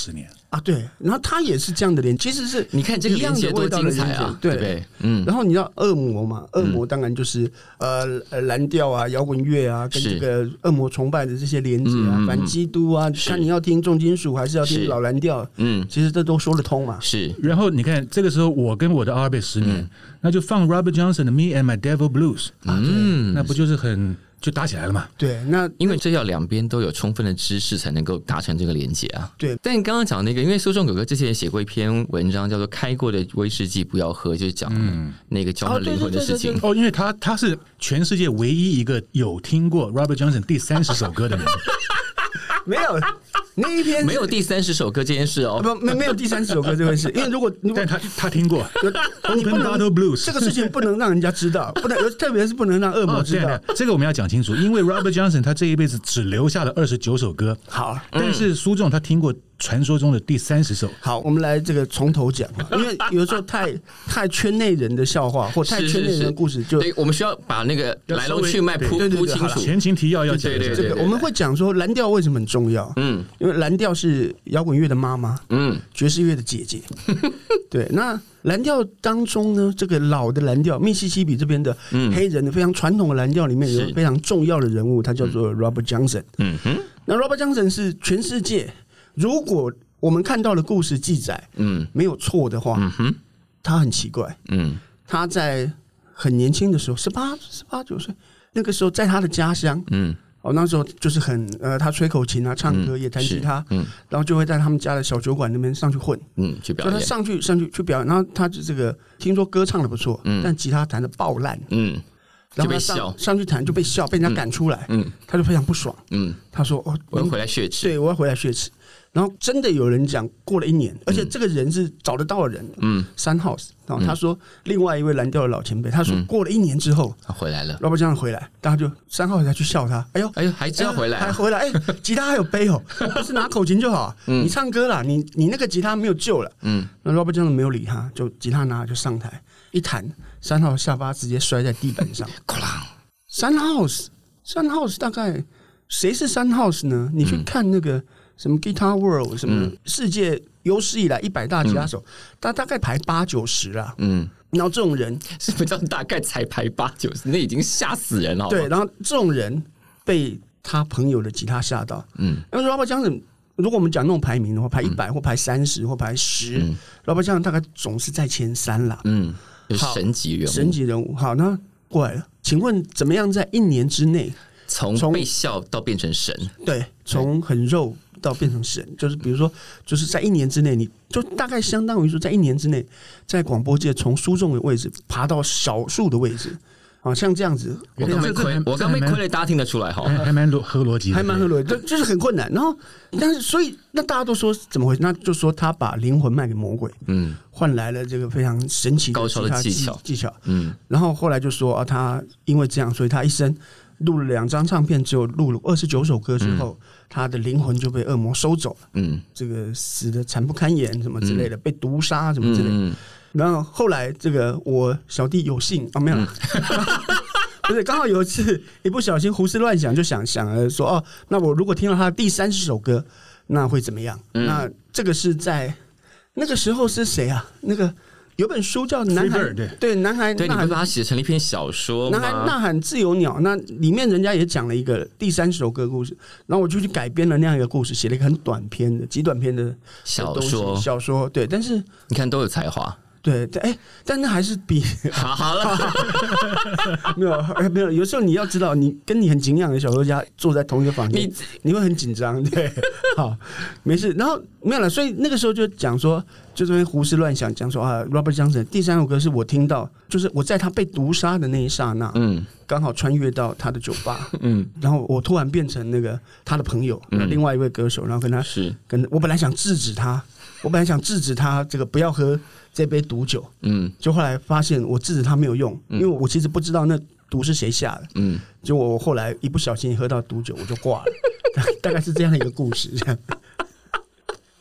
啊，对，然后他也是这样的连，其实是你看这个连接多精彩啊，对不对？ 嗯，然后你知道恶魔嘛？恶魔当然就是呃呃蓝调啊、摇滚乐啊，跟这个恶魔崇拜的这些连接啊，反基督啊，看你要听重金属还是要听老蓝调，嗯，其实这都说得通嘛。 是， 然后你看这个时候我跟我的阿尔贝十年，嗯、那就放 Robert Johnson 的 Me and My Devil Blues， 嗯，那不就是很。就打起来了嘛？ 对，那因为这要两边都有充分的知识才能够达成这个连结啊。 对， 但你刚刚讲那个，因为苏仲哥哥之前也写过一篇文章，叫做《开过的威士忌不要喝》，就是讲那个交换灵魂的事情。 哦，因为他他是全世界唯一一个有听过 Robert Johnson 第三十首歌的人。 没有那一篇没有第三十首歌这件事哦， 不，没没有第三十首歌这回事，因为如果但他他听过 Open Bottle Blues 这个事情不能让人家知道，不能，特别是不能让恶魔知道。 哦、这个我们要讲清楚，因为 Robert Johnson 他这一辈子只留下了二十九首歌， 好， 但是苏仲他听过传说中的第三十首。 好，我们来这个从头讲，因为有时候太太圈内人的笑话或太圈内人的故事就， 对，我们需要把那个来龙去脉铺铺清楚， 前情提要要讲这个，我们会讲说蓝调为什么很重要，嗯，因为蓝调是摇滚乐的妈妈，嗯，爵士乐的姐姐，对，那蓝调当中呢，这个老的蓝调，密西西比这边的黑人的非常传统的蓝调里面有非常重要的人物，他叫做 Robert Johnson，嗯哼，那 Robert Johnson 是全世界。如果我们看到的故事记载，嗯，没有错的话，嗯哼，他很奇怪，嗯，他在很年轻的时候，十八、十八九岁，那个时候在他的家乡，嗯，哦，那时候就是很呃，他吹口琴啊，唱歌也弹吉他，嗯，然后就会在他们家的小酒馆那边上去混，嗯，去表演，所以他上去上去去表演，然后他就这个听说歌唱的不错，嗯，但吉他弹的爆烂，嗯。然后他上上去弹就被笑，被人家赶出来，嗯，他就非常不爽，嗯，他说：“哦， 我要回来血耻， 对，我要回来血耻。”然后真的有人讲，过了一年，而且这个人是找得到的人，嗯，三号，然后他说另外一位蓝调的老前辈，他说过了一年之后， 他回来了 ，Robert Johnson回来，大家就三号才去笑他，哎呦， 哎呦，还真要回来， 还回来，哎，吉他还有背哦，不是拿口琴就好，你唱歌啦，你你那个吉他没有救了，嗯，那 Robert Johnson 没有理他，就吉他拿就上台一弹，三号下巴直接摔在地板上，哐啷。三 house， 三 house 大概谁是三 house 呢？你去看那个什么 Guitar World， 什么世界有史以来一百大吉他手，他、嗯、大概排八九十啦。嗯，然后这种人什么叫大概才排八九十？那已经吓死人了。 对，然后这种人被他朋友的吉他吓到。嗯，因为 Robert Johnson， 如果我们讲那种排名的话，排一百、嗯、或排三十或排十、嗯、，Robert Johnson 大概总是在前三啦。 嗯，就是神级人物， 神级人物。好，那过来了。请问怎么样在一年之内从被笑到变成神？ 对，从很肉到变成神，就是比如说，就是在一年之内，你就大概相当于说，在一年之内，在广播界从输送的位置爬到小数的位置。啊，像这样子， 我刚没亏，我刚没亏了，大家听得出来哈， 还蛮合逻辑， 还蛮合逻辑，就就是很困难。然后，但是所以那大家都说怎么回事？那就说他把灵魂卖给魔鬼，嗯，换来了这个非常神奇的高超的技巧技巧，嗯。然后后来就说啊，他因为这样，所以他一生录了两张唱片，只有录了二十九首歌之后，嗯、他的灵魂就被恶魔收走了，嗯，这个死的惨不堪言，什么之类的，嗯、被毒杀什么之类的。嗯嗯然后后来，这个我小弟有幸啊，没有了，不是刚好有一次一不小心胡思乱想，就想想了说哦，那我如果听到他的第三十首歌，那会怎么样？嗯、那这个是在那个时候是谁啊？那个有本书叫《男孩》，对，男孩， 对，你不是把它写成了一篇小说吗？ 男孩呐喊自由鸟，那里面人家也讲了一个第三十首歌故事，然后我就去改编了那样一个故事，写了一个很短篇的、极短篇的小说， 小说，对，但是你看都有才华。 对，哎、欸，但那还是比好好了， 没有，没有。有时候你要知道，你跟你很敬仰的小说家坐在同一个房间，你你会很紧张，对，好，没事。然后没有了，所以那个时候就讲说，就这边胡思乱想，讲说啊 ，Robert Johnson 第三首歌是我听到，就是我在他被毒杀的那一刹那，嗯，刚好穿越到他的酒吧，嗯，然后我突然变成那个他的朋友，嗯、另外一位歌手，然后跟他是跟我本来想制止他。我本来想制止他这个不要喝这杯毒酒，嗯，就后来发现我制止他没有用，因为我其实不知道那毒是谁下的，嗯，就我后来一不小心喝到毒酒，我就挂了，大概是这样一个故事。这样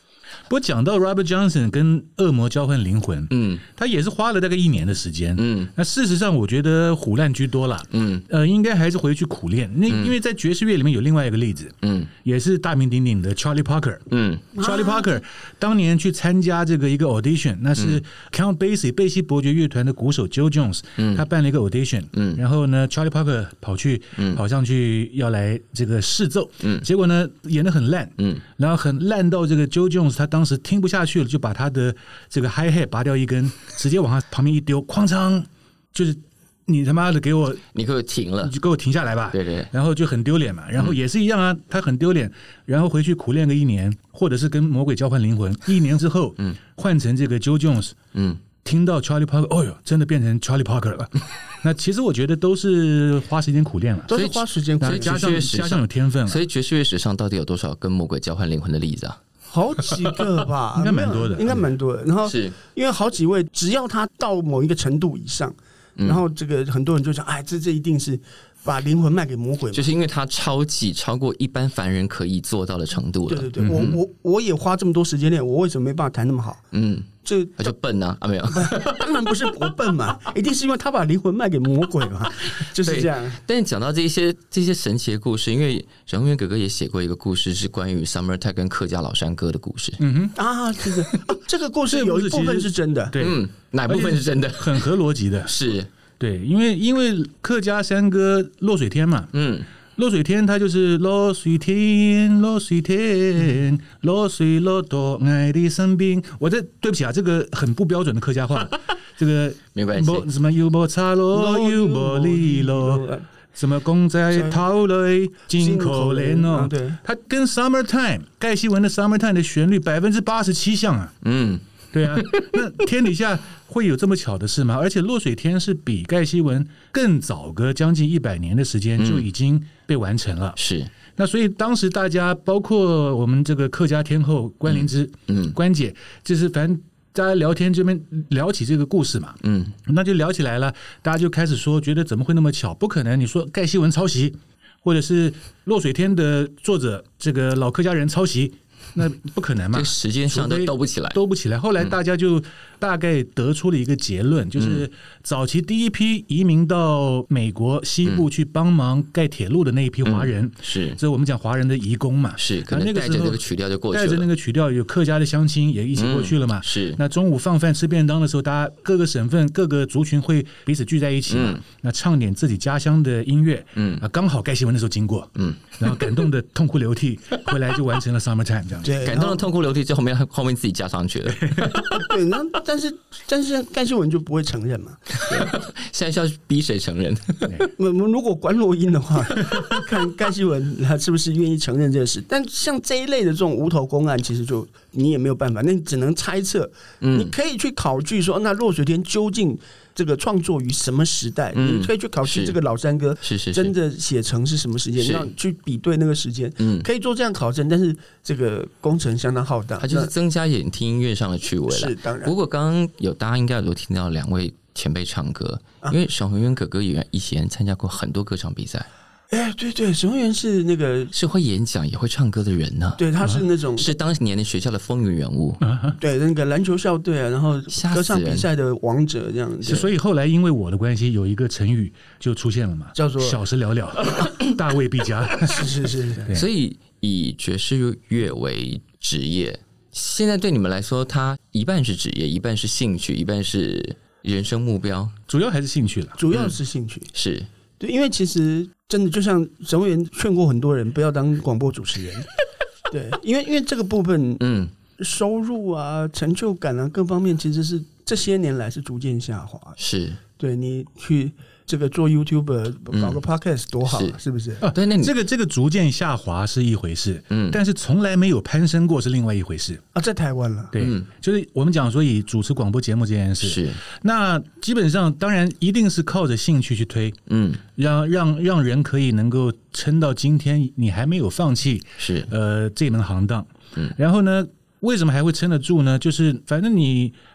不过讲到 Robert Johnson 跟恶魔交换灵魂，嗯，他也是花了大概一年的时间，嗯，那事实上我觉得虎烂居多啦，嗯，呃，应该还是回去苦练。那因为在爵士乐里面有另外一个例子，嗯，也是大名鼎鼎的 Charlie Parker， 嗯 ，Charlie Parker 当年去参加这个一个 audition， 那是 Count Basie 贝西伯爵乐团的鼓手 Joe Jones， 嗯，他办了一个 audition， 嗯，然后呢 Charlie Parker 跑去，嗯，跑上去要来这个试奏，嗯，结果呢演得很烂，嗯，然后很烂到这个 Joe Jones 他当时听不下去了，就把他的这个 hi hat 拔掉一根，直接往他旁边一丢，哐当，就是你他妈的给我， 你给我停了， 你就给我停下来吧。 对对， 然后就很丢脸嘛。然后也是一样啊，他很丢脸，然后回去苦练个一年，或者是跟魔鬼交换灵魂，一年之后，嗯，换成这个 Joe Jones， 嗯，听到 Charlie Parker， 哦哟，真的变成 Charlie Parker 了。那其实我觉得都是花时间苦练了， 都是花时间苦练， 加上加上有天分了。 所以爵士乐史上到底有多少跟魔鬼交换灵魂的例子啊？ 好几个吧， 应该蛮多的， 应该蛮多的。然后是因为好几位，只要他到某一个程度以上，然后这个很多人就讲，哎，这这一定是把灵魂卖给魔鬼嘛， 就是因为他超级超过一般凡人可以做到的程度了。 对对对，我我我也花这么多时间练，我为什么没办法弹那么好？嗯。这他就笨啊啊没有， 当然不是我笨嘛，一定是因为他把灵魂卖给魔鬼嘛，就是这样。 但是讲到这些这些神奇的故事，因为沈宏元哥哥也写过一个故事，是关于 Summertime 跟客家老山歌的故事。嗯哼啊，这个、啊、这个故事有一部分是真的， 对， 嗯，哪部分是真的？ 很合逻辑的， 是对，因为因为客家山歌落水天嘛，嗯。落水天，它就是落水天，落水天，落水落到爱的身边。我这对不起啊，这个很不标准的客家话，这个没关系。 什么又无茶咯，又无梨咯，什么公在头里真可怜哦。对，它跟 Summertime 盖希文的 Summertime 的旋律百分之八十七像啊。嗯。对啊，那天底下会有这么巧的事吗？而且落水天是比盖希文更早个将近一百年的时间就已经被完成了。嗯、 是， 那所以当时大家包括我们这个客家天后关灵芝、嗯，关姐，就是反正大家聊天这边聊起这个故事嘛，嗯，那就聊起来了，大家就开始说，觉得怎么会那么巧？不可能，你说盖希文抄袭，或者是落水天的作者这个老客家人抄袭。那不可能嘛？ 这时间上都斗不起来， 斗不起来。后来大家就大概得出了一个结论，嗯、就是早期第一批移民到美国西部去帮忙盖铁路的那一批华人，嗯、 是， 这我们讲华人的移工嘛， 是，可能带着那个曲调就过去了， 带着那个曲调有客家的乡亲也一起过去了嘛，嗯、 是。 那中午放饭吃便当的时候，大家各个省份各个族群会彼此聚在一起嘛，嗯、那唱点自己家乡的音乐，嗯，啊，刚好盖希文的时候经过，嗯，然后感动的痛哭流涕，回来就完成了 Summertime 这样。 对， 感动的痛哭流涕，就后面后面自己加上去了。 对，那但是但是盖希文就不会承认嘛。 现在是要逼谁承认？ 我们如果关落音的话，看盖希文他是不是愿意承认这个事。但像这一类的这种无头公案，其实就你也没有办法，那你只能猜测。嗯、你可以去考据说，那落水天究竟这个创作于什么时代？嗯、你可以去考据这个老山歌是是真的写成是什么时间，让去比对那个时间，嗯、可以做这样考证。但是这个工程相当浩大， 它就是增加眼听音乐上的趣味了。 是当然。 不过刚刚有大家应该有听到两位前辈唱歌，啊、因为沈宏元哥哥也以前参加过很多歌唱比赛。 哎，对对，沈宏元是那个是会演讲也会唱歌的人呢。 对，他是那种、 啊、是当年的学校的风云人物。 啊、对，那个篮球校队啊，然后歌唱比赛的王者这样子。 所以后来因为我的关系，有一个成语就出现了嘛， 叫做小时了了，大未必佳。 是是是是。 所以以爵士乐为职业，现在对你们来说，它一半是职业，一半是兴趣，一半是人生目标。 主要还是兴趣了， 主要是兴趣。 嗯、是对，因为其实真的就像沈宏元劝过很多人不要当广播主持人。对，因为因为这个部分，嗯，收入啊、成就感啊各方面，其实是这些年来是逐渐下滑。 是， 对你去。这个做 YouTuber 搞个 Podcast 多好，嗯、是, 是不是？ 啊，对，那这个这个逐渐下滑是一回事，嗯，但是从来没有攀升过是另外一回事啊，在台湾了， 对，嗯、就是我们讲说以主持广播节目这件事， 是那基本上当然一定是靠着兴趣去推，嗯，让让让人可以能够撑到今天，你还没有放弃， 是呃这门行当，嗯，然后呢，为什么还会撑得住呢？就是反正你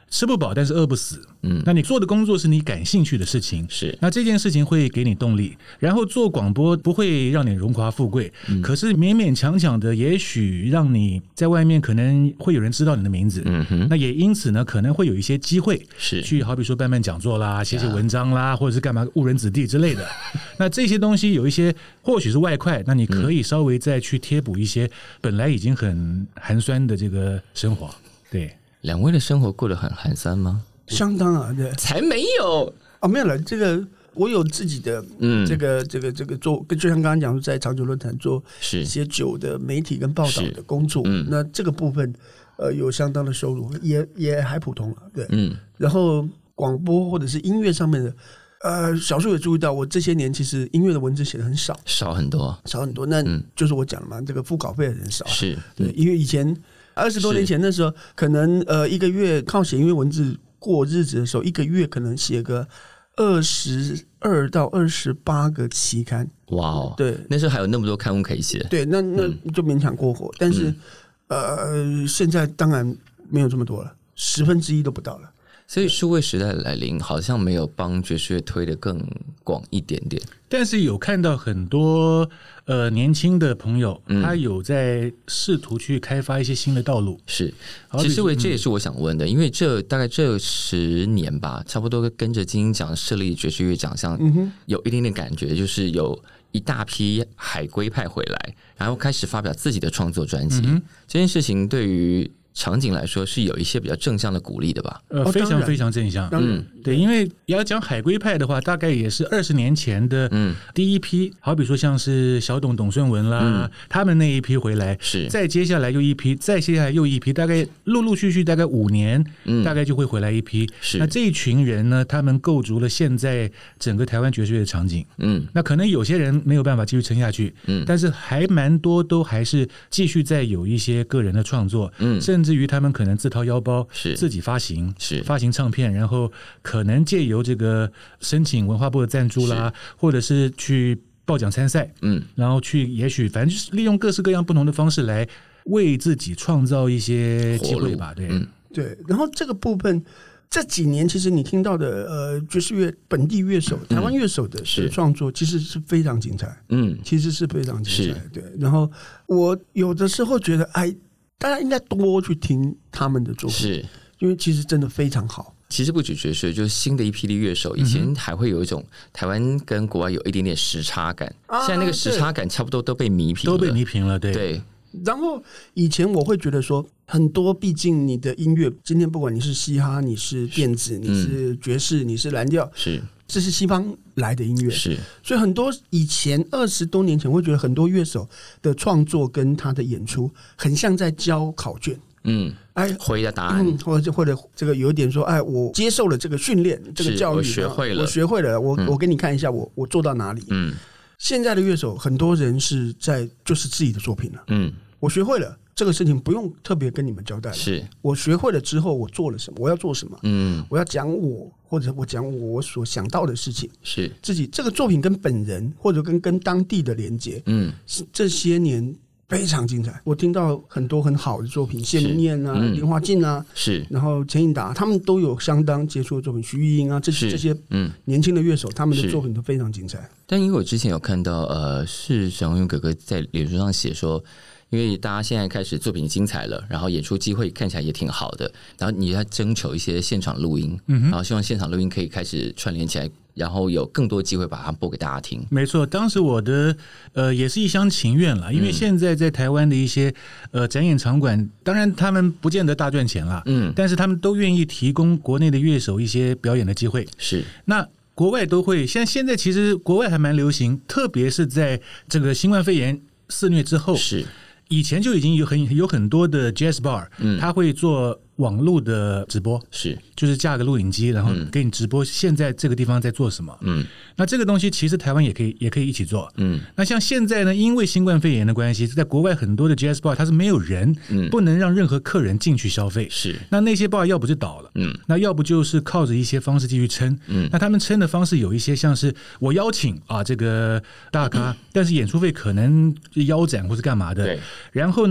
吃不饱但是饿不死，嗯，那你做的工作是你感兴趣的事情， 是那这件事情会给你动力，然后做广播不会让你荣华富贵，嗯、可是勉勉强强的，也许让你在外面可能会有人知道你的名字，嗯哼，那也因此呢，可能会有一些机会是去，好比说办办讲座啦，写写文章啦，或者是干嘛误人子弟之类的。那这些东西有一些或许是外快，那你可以稍微再去贴补一些本来已经很寒酸的这个生活，对。 两位的生活过得很寒酸吗？ 相当啊，对， 才没有哦，没有了。这个我有自己的，嗯，这个这个这个做，就像刚刚讲，在长久论坛做一些酒的媒体跟报道的工作，嗯，那这个部分呃有相当的收入，也也还普通了，对，嗯。然后广播或者是音乐上面的，呃，小树也注意到，我这些年其实音乐的文字写的很少， 少很多， 少很多。那就是我讲了嘛，这个付稿费的人少， 是对，因为以前。二十多年前那时候，可能呃一个月靠写音乐文字过日子的时候，一个月可能写个二十二到二十八个期刊。 哇哦， 对， 那时候还有那么多刊物可以写。 对，那那就勉强过活。但是、嗯、呃，现在当然没有这么多了，十分之一都不到了。 所以数位时代的来临，好像没有帮爵士乐推得更广一点点。 但是有看到很多呃年轻的朋友，嗯、他有在试图去开发一些新的道路。 是，其实我这也是我想问的，因为这大概这十年吧，差不多跟着金鹰奖设立爵士乐奖项，嗯、有一点点感觉，就是有一大批海归派回来，然后开始发表自己的创作专辑。嗯、这件事情对于场景来说是有一些比较正向的鼓励的吧？ 呃，非常非常正向。嗯，对，因为要讲海归派的话，大概也是二十年前的第一批，好比说像是小董、董顺文啦，嗯、他们那一批回来， 是， 再接下来又一批，再接下来又一批，大概陆陆续续大概五年，嗯、大概就会回来一批。 是， 那这一群人呢，他们构筑了现在整个台湾爵士乐的场景。嗯，那可能有些人没有办法继续撑下去，嗯，但是还蛮多都还是继续在有一些个人的创作，嗯，甚至于他们可能自掏腰包， 是自己发行， 是发行唱片，然后可能借由这个申请文化部的赞助啦，或者是去报奖参赛，嗯，然后去也许反正就是利用各式各样不同的方式来为自己创造一些机会吧，对， 嗯、对。然后这个部分这几年其实你听到的呃爵士乐本地乐手、台湾乐手的创作其实是非常精彩，嗯，其实是非常精彩，对。然后我有的时候觉得，哎。大家应该多去听他们的作品， 是因为其实真的非常好。 其实不止爵士，就是新的一批的乐手，以前还会有一种台湾跟国外有一点点时差感，啊、现在那个时差感差不多都被弥平了， 都被弥平了，对。 对。 然后以前我会觉得说，很多毕竟你的音乐，今天不管你是嘻哈，你是电子，你是爵士，你是蓝调， 是。 这是西方来的音乐， 是， 所以很多以前二十多年前，会觉得很多乐手的创作跟他的演出很像在交考卷，嗯， 哎，回答答案，嗯、 或者或者这个有点说，哎，我接受了这个训练，这个教育， 我学会了， 我学会了，我、嗯、我给你看一下我，我我做到哪里，嗯，现在的乐手很多人是在就是自己的作品了，嗯，我学会了。这个事情不用特别跟你们交代了， 是我学会了之后，我做了什么，我要做什么，嗯，我要讲我，或者我讲我所想到的事情， 是自己这个作品跟本人或者跟跟当地的连接，嗯，是这些年非常精彩。我听到很多很好的作品，谢明燕啊、林华进啊， 是， 然后陈映达，他们都有相当杰出的作品，徐玉英啊，这这些嗯年轻的乐手，他们的作品都非常精彩。 但因为我之前有看到，呃，是沈荣云哥哥在脸书上写说。因为大家现在开始作品精彩了，然后演出机会看起来也挺好的，然后你要征求一些现场录音，嗯、然后希望现场录音可以开始串联起来，然后有更多机会把它播给大家听。 没错，当时我的呃也是一厢情愿了，因为现在在台湾的一些呃展演场馆，当然他们不见得大赚钱了，嗯，但是他们都愿意提供国内的乐手一些表演的机会。 是， 那国外都会，现在现在其实国外还蛮流行，特别是在这个新冠肺炎肆虐之后， 是。 以前就已经有很有很多的 jazz bar，嗯，他会做网络的直播， 是， 就是架个录影机，然后给你直播现在这个地方在做什么，嗯，那这个东西其实台湾也可以也可以一起做，嗯，那像现在呢，因为新冠肺炎的关系，在国外很多的 jazz bar 它是没有人，嗯，不能让任何客人进去消费， 是， 那那些 bar 要不就倒了，嗯，那要不就是靠着一些方式继续撑，嗯，那他们撑的方式有一些像是我邀请啊这个大咖，嗯、但是演出费可能腰斩或是干嘛的， 对， 然后呢。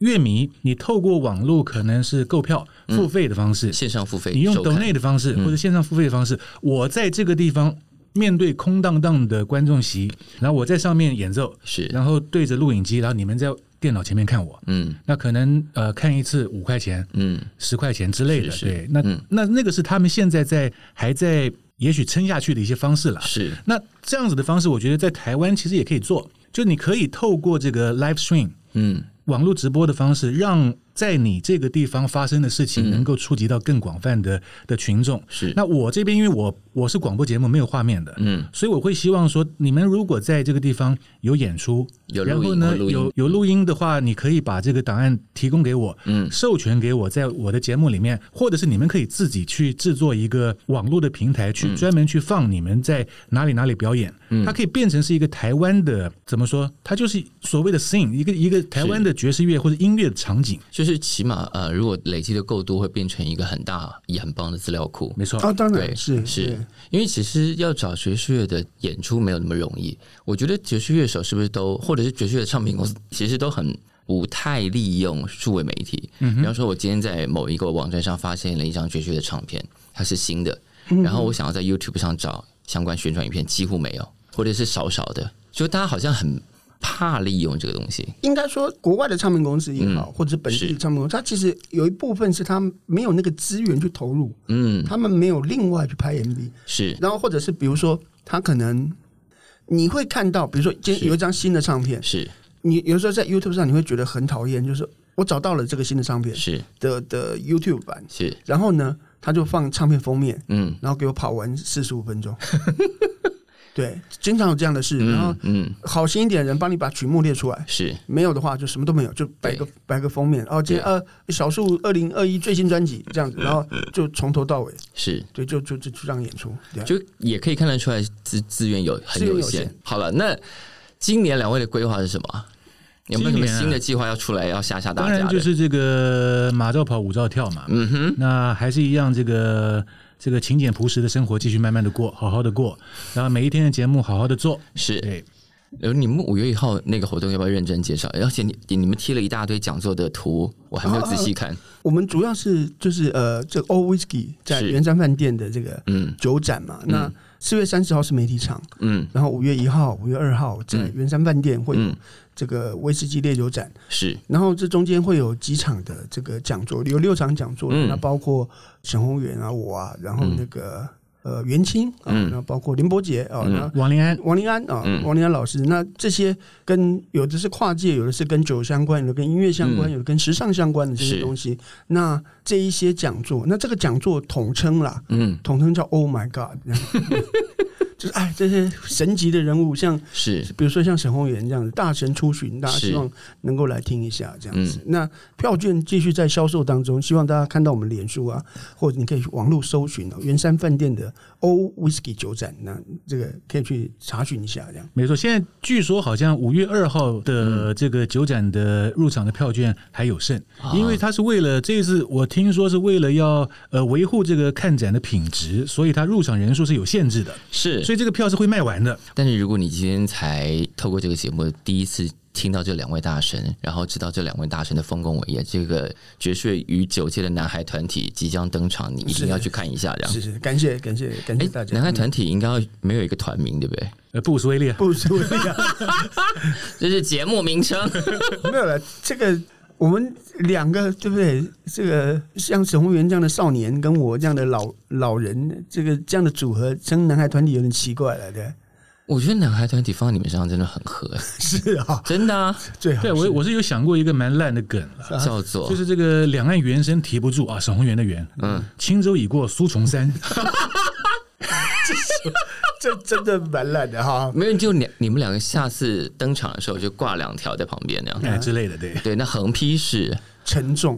乐迷，你透过网络可能是购票付费的方式， 嗯、线上付费， 你用 donate 的方式、嗯、或者线上付费的方式，我在这个地方面对空荡荡的观众席，然后我在上面演奏， 是， 然后对着录影机，然后你们在电脑前面看我，嗯，那可能呃看一次五块钱，嗯，十块钱之类的，是是对，那、嗯、那那个是他们现在在还在也许撑下去的一些方式了， 是。 那这样子的方式，我觉得在台湾其实也可以做，就你可以透过这个 live stream， 嗯。网络直播的方式，让在你这个地方发生的事情能够触及到更广泛的的群众。 是， 那我这边因为我我是广播节目没有画面的，嗯，所以我会希望说，你们如果在这个地方有演出， 有然后呢有有录音的话，你可以把这个档案提供给我，嗯，授权给我，在我的节目里面，或者是你们可以自己去制作一个网络的平台，去专门去放你们在哪里哪里表演，嗯，它可以变成是一个台湾的怎么说？它就是所谓的 scene， 一个一个台湾的爵士乐或者音乐的场景， 就是起码呃，如果累积的够多，会变成一个很大也很棒的资料库。 没错啊，当然是是，因为其实要找爵士乐的演出没有那么容易。我觉得爵士乐手是不是都，或者是爵士乐的唱片公司，其实都很不太利用数位媒体。嗯，比方说，我今天在某一个网站上发现了一张爵士乐的唱片，它是新的，然后我想要在 YouTube 上找相关宣传影片，几乎没有，或者是少少的，就大家好像很怕利用这个东西。 应该说国外的唱片公司也好，嗯、或者本地的唱片公司，它其实有一部分是他没有那个资源去投入，嗯，他们没有另外去拍 M V， 是， 然后或者是比如说他可能你会看到，比如说今天有一张新的唱片， 是你有时候在 YouTube 上你会觉得很讨厌，就是我找到了这个新的唱片是的的 YouTube 版， 是， 然后呢他就放唱片封面，嗯，然后给我跑完四十五分钟。对，经常有这样的事，然后好心一点的人帮你把曲目列出来， 是没有的话就什么都没有，就摆个摆个封面，哦，今天呃少数二零二一最新专辑这样子，然后就从头到尾是， 对，就就就就这样演出， 就也可以看得出来资资源有很有限。好了，那今年两位的规划是什么？有没有什么新的计划要出来要吓吓大家？ 当然就是这个马照跑，舞照跳嘛。嗯哼，那还是一样这个。这个勤俭朴实的生活继续慢慢的过，好好的过，然后每一天的节目好好的做。 是，对。你们五月一号那个活动要不要认真介绍？而且你你们贴了一大堆讲座的图，我还没有仔细看。啊、 我们主要是就是呃，这个 Old Whisky 在圆山饭店的这个酒展嘛。嗯、那四月三十号是媒体场，嗯，然后五月一号、五月二号在圆山饭店会有这个威士忌烈酒展， 是。 然后这中间会有几场的这个讲座，有六场讲座，嗯、那包括沈宏源啊、我啊，然后那个。呃，袁清啊，然后包括林伯杰啊， 嗯、王林安、 王林安啊，嗯、王林安老师，那这些跟有的是跨界，有的是跟酒相关，有的跟音乐相关，嗯、有的跟时尚相关的这些东西。那这一些讲座，那这个讲座统称啦，嗯，统称叫 Oh My God。就是哎，这些神级的人物，像是比如说像沈宏源这样子，大神出巡，大家希望能够来听一下这样子。嗯、那票券继续在销售当中，希望大家看到我们脸书啊，或者你可以去网络搜寻哦，圆山饭店的 Old Whisky 酒展，那这个可以去查询一下。这样没错，现在据说好像五月二号的这个酒展的入场的票券还有剩，嗯、因为它是为了这一次，我听说是为了要呃维护这个看展的品质，所以它入场人数是有限制的。 是。 所以这个票是会卖完的， 但是如果你今天才透过这个节目第一次听到这两位大神，然后知道这两位大神的丰功伟业，这个爵士与酒界的男孩团体即将登场，你一定要去看一下。这样是是，感谢感谢感谢大家。 男孩团体应该没有一个团名，对不对？ 呃，布鲁斯威利， 布鲁斯威利， 这是节目名称。 没有了，这个。我们两个对不对？这个像沈宏源这样的少年，跟我这样的老老人，这个这样的组合称男孩团体有点奇怪了，对。 我觉得男孩团体放在你们身上真的很合， 是啊， 真的啊， 最好。 对我我是有想过一个蛮烂的梗， 叫做就是这个两岸猿声啼不住啊，沈宏源的源，嗯，轻舟已过苏重山。 这真的蛮烂的哈， 没有就你你们两个下次登场的时候就挂两条在旁边那样， 哎之类的，对对，那横批是沉重，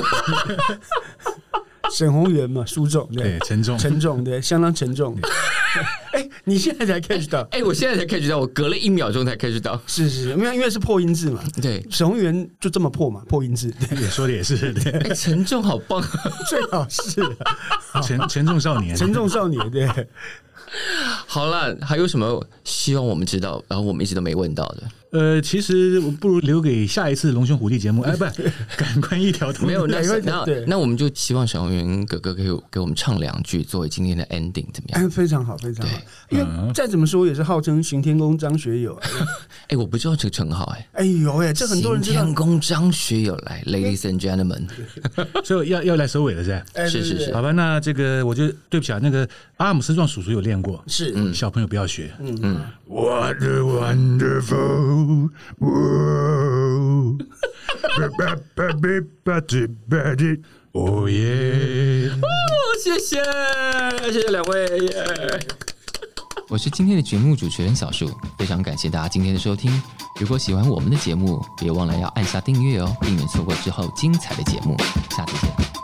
沈宏源嘛，苏重对，沉重沉重对，相当沉重。哎，你现在才 catch 到？ 哎，我现在才 catch 到，我隔了一秒钟才 catch 到。 是是，因为因为是破音字嘛。 对， 沈宏源就这么破嘛，破音字。 也说的也是。对， 哎，沉重好棒， 最好是沉沉重少年， 沉重少年对。 好了，还有什么希望我们知道，然后我们一直都没问到的？ 呃，其实我不如留给下一次龙兄虎弟节目。哎，不，感官一条通。 没有，那那那我们就希望小圆哥哥可以给我们唱两句，作为今天的 ending， 怎么样？ 哎，非常好，非常好。因为再怎么说也是号称行天宫张学友。 哎，我不知道这个称号，哎， 哎呦哎，这很多人知道。 行天宫张学友来 ，Ladies and gentlemen， 所以要要来收尾了，是吧？ 哎， 是是是。 好吧，那这个我就对不起啊，那个阿姆斯壮叔叔有练过， 是， 嗯，小朋友不要学。 嗯嗯。 What a wonderful world! Oh yeah! 哦，谢谢，谢谢两位。我是今天的节目主持人小树，非常感谢大家今天的收听。如果喜欢我们的节目，别忘了要按下订阅哦，避免错过之后精彩的节目。下次见。